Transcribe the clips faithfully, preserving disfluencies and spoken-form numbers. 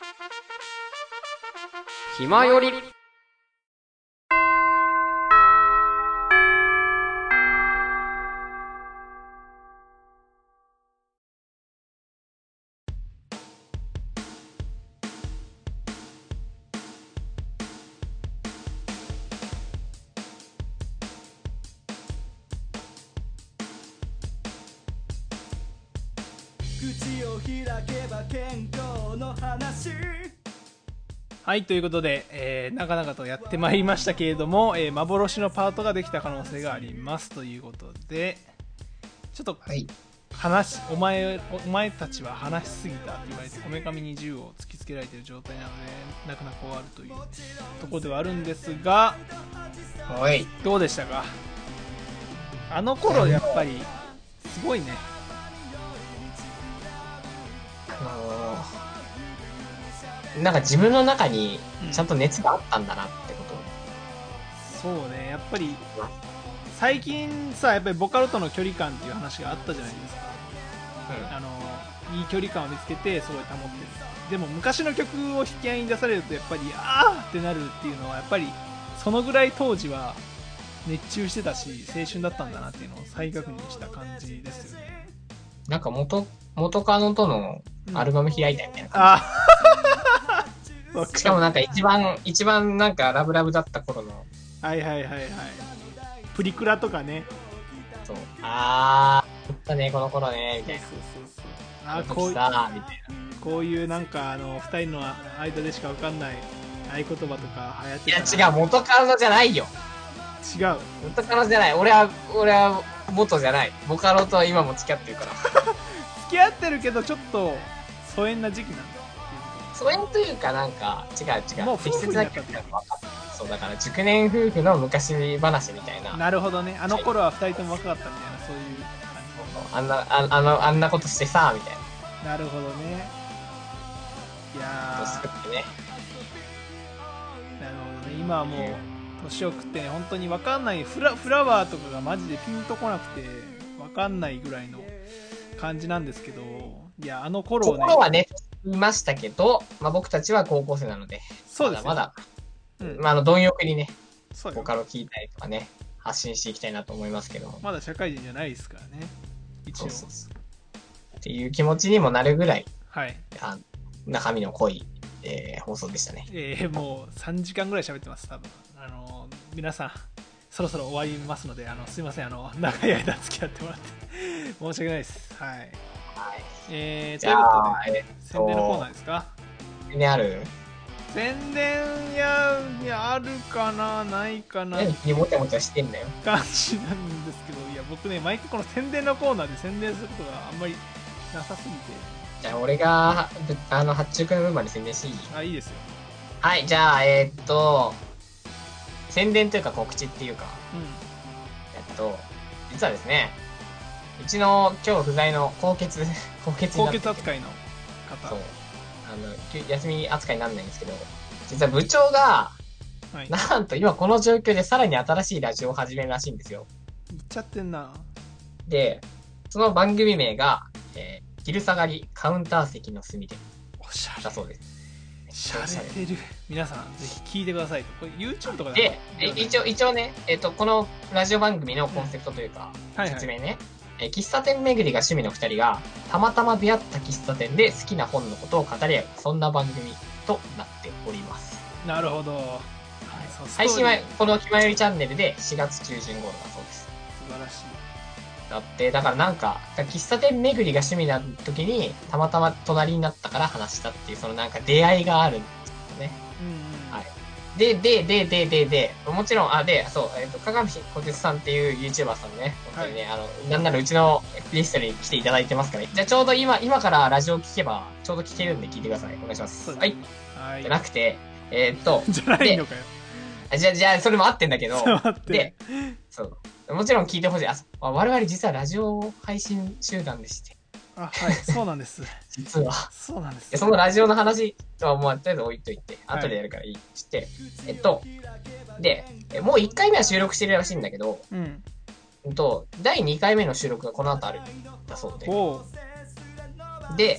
暇より。 口を開けば健康の話。 はい、ということで、えー、なかなかとやってまいりましたけれども、えー、幻のパートができた可能性がありますということで、ちょっと話、はい、お前お前たちは話しすぎたって言われてこめかみに銃を突きつけられている状態なのでなかなか終わるというところではあるんですが、 はい、 どうでしたか？あの頃やっぱりすごいね。 あのー、なんか自分の中にちゃんと熱があったんだなってこと、 うん、そうね、やっぱり最近さ、やっぱりボカロとの距離感っていう話があったじゃないですか、うん、あのいい距離感を見つけてすごい保ってる。でも昔の曲を引き合いに出されるとやっぱりあーってなるっていうのはやっぱりそのぐらい当時は熱中してたし青春だったんだなっていうのを再確認した感じですよね。 なんか元元カノとのアルバム開いたみたいな感じ、うん、しかもなんか一番一番なんかラブラブだった頃の、 はいはいはいはい、プリクラとかね。 そう、あー言ったねこの頃ねみたいな。 そうそうそうそう、あーこういうみたいな、 こういうなんかあのふたりの間でしかわかんない合言葉とか流行ってたな。 いや違う、元カノじゃないよ。 違う、 元カノじゃない。俺は俺は元じゃない。ボカロとは今も付き合ってるから付き合ってるけどちょっと疎遠な時期なんだ。 疎遠というかなんか違う違う、 もう夫婦になった適切な分かった。そうだから熟年夫婦の昔話みたいな。 なるほどね。あの頃はふたりとも若かったみたいな、そういう感じ。あんな あ, あのあんなことしてさみたいな。 なるほどね。いやー、 ね、 なるほどね。今はもう年を食ってね、本当に分かんないフ ラ, フラワーとかがマジでピンとこなくて分かんないぐらいの感じなんですけど、いやあの頃をね、 心はねいましたけど、まあ、僕たちは高校生なので、 そうですまだまだ、 うん、 まあ、あの貪欲にねそうボカロ聞いたりとかね発信していきたいなと思いますけど、 まだ社会人じゃないですからね一応。 そうそうそうっていう気持ちにもなるぐらい、 はい、 あ中身の濃い、えー、放送でしたね。 えー、もうさんじかんぐらい喋ってます多分。あの皆さんそろそろ終わりますので、あのすいません、あの長い間付き合ってもらって申し訳ないです。はい、はい、えー、ということで、えー、宣伝のコーナーですか？ 宣伝ある？ 宣伝やいやあるかなないかな何もちゃもちゃしてんだよ感じなんですけど、いや僕ね毎回この宣伝のコーナーで宣伝することがあんまりなさすぎて、 じゃあ俺があの発注くの分まで宣伝していい？ あ、いいですよ。 はい、じゃあえー、っと宣伝というか告知っていうか、うん、えっと実はですね、うちの今日不在の高血高血高血扱いの方、 そうあの休み扱いにならないんですけど、実は部長が、はい、なんと今この状況でさらに新しいラジオを始めるらしいんですよ。 言っちゃってんな。 でその番組名が、えー、昼下がりカウンター席の隅で、 おしゃれだそうです。 しゃれてる。皆さんぜひ聞いてください。これ YouTube とかでで一応一応ね、えっとこのラジオ番組のコンセプトというか、うん、説明ね、はいはい、えー、喫茶店巡りが趣味のふたりがたまたま出会った喫茶店で好きな本のことを語り合う、そんな番組となっております。 なるほど、はい、 配信はこの気まよりチャンネルでしがつ中旬頃だそうです。 素晴らしい。 だってだからなんか喫茶店巡りが趣味な時にたまたま隣になったから話したっていう、そのなんか出会いがあるんですよね。うんうん、はい。ででででででもちろんあでそうえっ、ー、と鏡小鉄さんっていう YouTuber さんね、本当にね、はい、あのなんならうちのゲストに来ていただいてますから、じゃあちょうど今今からラジオ聞けばちょうど聞けるんで聞いてください。お願いします。はい。はい。じゃなくてえー、っとじゃないのかよ。 じゃあじゃあそれも合ってんだけど、でそうもちろん聞いてほしい。あ、我々実はラジオ配信集団でして。 あ、はい、そうなんです。 実は。 そうなんです。 そのラジオの話はもうとりあえず置いといて、はい、後でやるからいいって言って、えっと、で、もういっかいめは収録してるらしいんだけど、うん。えっと、だいにかいめの収録がこの後あるんだそうで。で、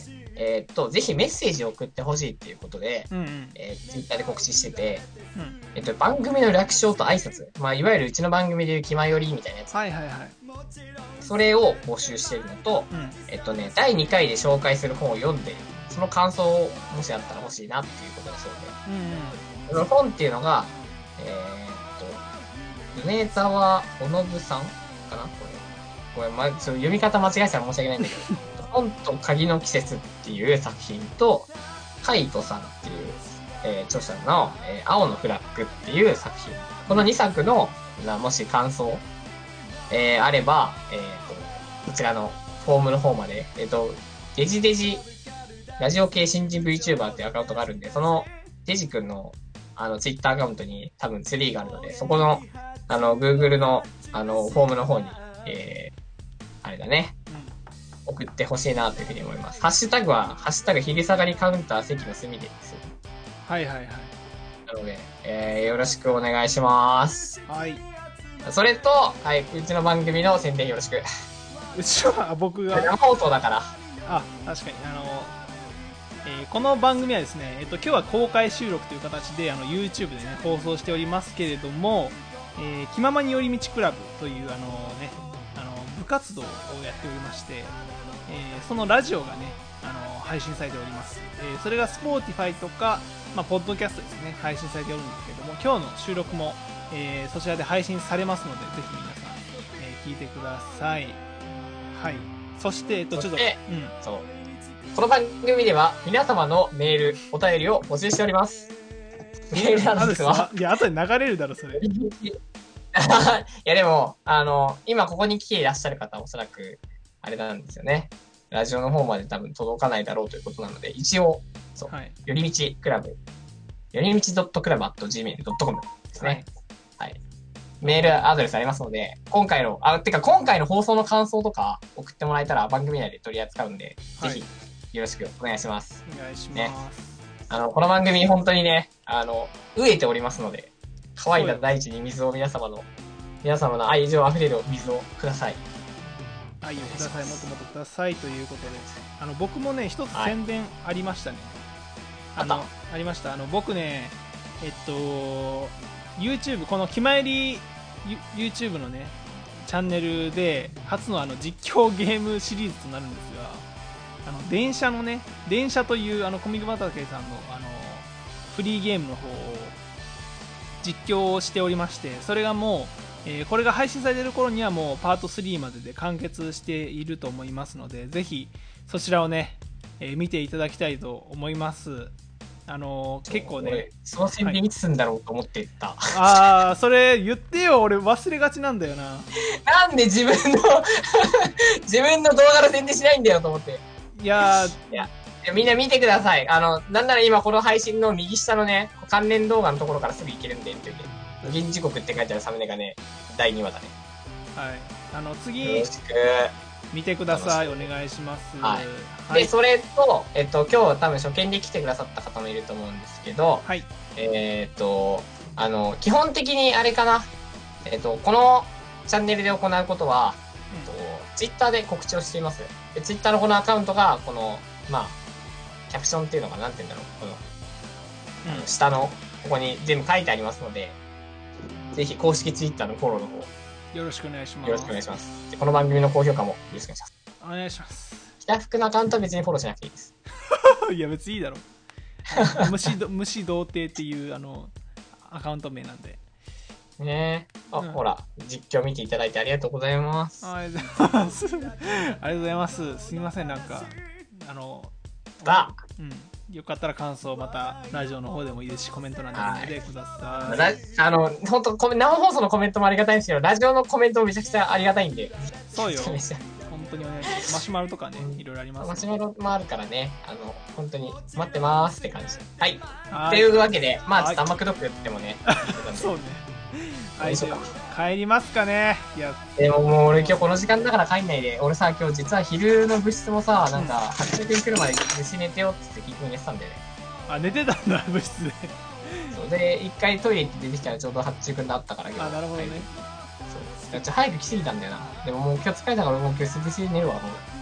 えーっと、ぜひメッセージを送ってほしいっていうことで、 うんうん。 えー、ツイッターで告知してて、 うん。 えっと、番組の略称と挨拶。まあ、いわゆるうちの番組でいう気まよりみたいなやつ。 はいはいはい。 それを募集してるのと、 うん。 えっとね、だいにかいで紹介する本を読んで、その感想をもしあったら欲しいなっていうことだそううんうん。 で。その本っていうのが、えーっと、米沢ほのぶさんかなこれ。これ、ま、そう読み方間違えたら申し訳ないんだけど、本と鍵の季節っていう作品と、カイトさんっていう、えー著者の、えー青のフラッグっていう作品。このにさくの、なもし感想、えーあれば、えーと、こちらのフォームの方まで、えっ、と、デジデジ、ラジオ系新人 VTuber っていうアカウントがあるんで、そのデジ君の、あの、ツイッターアカウントに多分ツリーがあるので、そこの、あの、Google の、あの、フォームの方に、えー、あれだね、送ってほしいなというふうに思います。ハッシュタグは、ハッシュタグ昼下がりカウンター席の隅でです。 はいはいはい。 なので、えー、よろしくお願いします。 はい。 それと、はい、うちの番組の宣伝よろしく。 うちは僕が。 生放送だから。 あ、確かに。あの、えーこの番組はですね、えっと、今日は公開収録という形であの YouTube でね、放送しておりますけれども、えー気ままに寄り道クラブというあのね、あの、部活動をやっておりまして、えーそのラジオがね、あの、配信されております。えーそれが Spotify とか、まあ、ポッドキャストですね、配信されておるんですけれども、今日の収録も、えーそちらで配信されますので、ぜひ皆さん、えー聞いてください。はい。そして、えっと、ちょっと、 そしてうん。 そう。この番組では皆様のメール、お便りを募集しております。メールアドレスは、 いや、後で流れるだろ、それ。 いやでも、あの、今ここに来ていらっしゃる方はおそらく、あれなんですよね。ラジオの方まで多分届かないだろうということなので、一応、そう、 はい。 よりみちクラブ、よりみち .club アット ジーメール ドットコム ですね。はい。メールアドレスありますので、今回の、あ、てか今回の放送の感想とか送ってもらえたら番組内で取り扱うんで、 はいぜひよろしくお願いします。 お願いします。 ねあの、この番組本当にね、あの、飢えておりますので、乾いた大地に水を皆様の、皆様の愛情あふれる水をください。 愛をください、もっともっとくださいということで、あの僕もね、一つ宣伝ありましたね。 はい、 あのあありました。あの僕ね、えっと、YouTube、この気まより YouTube のね、チャンネルで初のあの実況ゲームシリーズとなるんですが、あの電車のね、電車というあのコミック畑さんのあのフリーゲームの方を実況しておりまして、それがもう、えーこれが配信されている頃にはもうパートスリーまでで完結していると思いますので、ぜひそちらをね、えー見ていただきたいと思います。あのー結構ね、 その宣伝いつすんだろうと思ってた。 ああ、それ言ってよ、俺忘れがちなんだよな。 なんで自分の自分の動画の宣伝しないんだよと思って。 いやいや、みんな見てください。あの、なんなら今この配信の右下のね、関連動画のところからすぐ行けるんで、見ておいて。無限時刻って書いてあるサムネがね、だいにわだね。 はい、あのよ次ろしく。 見てください。お願いします。 はいはいで、それと、えっと、今日多分初見で来てくださった方もいると思うんですけど、 はい。 えーっと、あの、基本的にあれかな。えっと、このチャンネルで行うことは、えっと、ツイッターで告知をしています。で、ツイッターのこのアカウントが、この、まあ、キャプションっていうのかな、なんて言うんだろう。この、あの下の、ここに全部書いてありますので、ぜひ公式ツイッターのフォローの方、よよろしくお願いします。 ろしくお願いします。でこの番組の高評価もよろしくお願いします。 お願いします。 北福のアカウントは別にフォローしなくていいです。 いや別にいいだろ。虫ど虫童貞っていうあのアカウント名なんで。 ねえ。あ、 うんほら、実況見ていただいてありがとうございます。 ありがとうございます。ありがとうございます。すみません、なんかあの、 あうん、よかったら感想またラジオの方でもいいですし、コメント欄でも入れてください。 ラあの、本当コメ生放送のコメントもありがたいんですけど、ラジオのコメントもめちゃくちゃありがたいんで。 そうよ。 めちゃめちゃ本当にお願いします。マシュマロとかね、いろいろあります。 マシュマロもあるからね、あの、本当に待ってますって感じ。はい。 はというわけで、まあ、ちょっと甘くどくってもね、 そうね。はい、 そうか帰りますかね。いや、 でももう俺今日この時間だから帰んないで、俺さ、今日実は昼の部室もさ、なんか、はっちゃくに来るまで部室寝てよって聞いて寝てたんだよね。 あ、寝てたんだ、部室で。 そうで、一回トイレ行って出てきたらちょうどはっちゃくになったから、今あ、なるほどね。 そう。ちょっと早く来すぎたんだよな。でももう今日疲れたからもう今日部室で寝るわ、もう。 あ、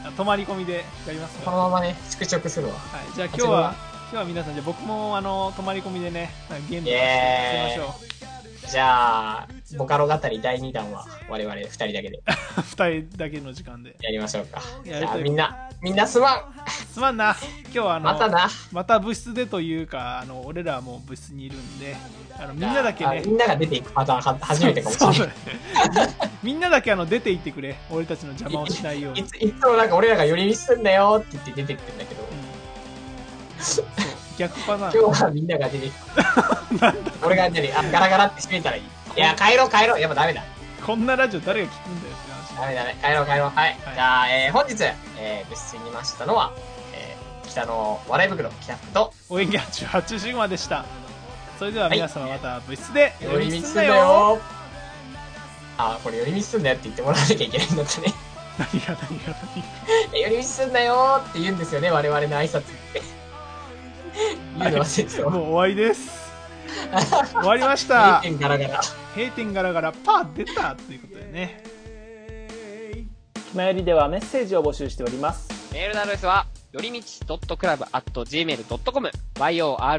泊まり込みでやりますか。 このままね、縮小するわ。 はい、じゃあ今日は、今日は皆さん、じゃあ僕もあの、泊まり込みでね、ゲームをしてみましょう。じゃあ、ボカロ語りだいにだんは我々ふたりだけで。 ふたりだけの時間で。 やりましょうか。じゃあみんな、みんなすまんすまんな。今日はあの、 またな。 また部室でというか、あの、俺らはもう部室にいるんで、あのみんなだけね。 みんなが出ていくパターン初めてかもしれない。 みんなだけあの出て行ってくれ。俺たちの邪魔をしないように。 いついつもなんか俺らが寄り道すんだよって言って出てってんだけど。 うん、そう逆パターン。 今日はみんなが出てきた。俺が何あガラガラって閉めたらいい。いや、帰ろう帰ろう。やっぱダメだ。 こんなラジオ誰が聞くんだよって話。ダメダメ。帰ろう帰ろう。はい。はい、じゃあ、えー、本日、えー、部室にいましたのは、えー、北の笑い袋、北福と、 お演技じゅうはちシグマでした。それでは皆様また部室で寄り道すんだよ。あ、これ寄り道すんだよって言ってもらわなきゃいけないんだったね。 何が何が何が寄り道すんだよって言うんですよね、我々の挨拶って。言うの忘れてた。 もう終わりです。終わりました。 閉店ガラガラ。 閉店ガラガラ、パー出たということでね。 きまよりではメッセージを募集しております。 メールのアドレスは、よりみち .club アット ジーメール ドットコム yorimichi.club ア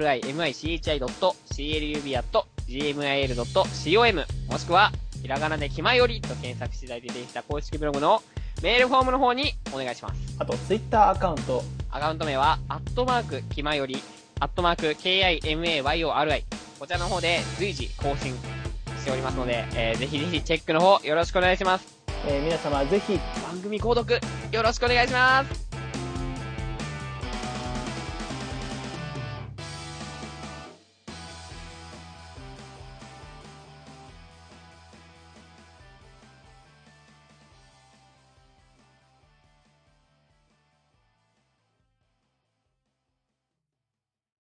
ット ジーエムアイエル ドットコム もしくは、ひらがなできまよりと検索していただいて出てきた公式ブログのメールフォームの方にお願いします。 あと、ツイッターアカウント。 アカウント名は、アットマークきまより、アットマーク ケーアイエムエーワイオーアールアイ。こちらの方で随時更新しておりますので、えー、ぜひぜひチェックの方よろしくお願いします。 えー、皆様ぜひ番組購読よろしくお願いします。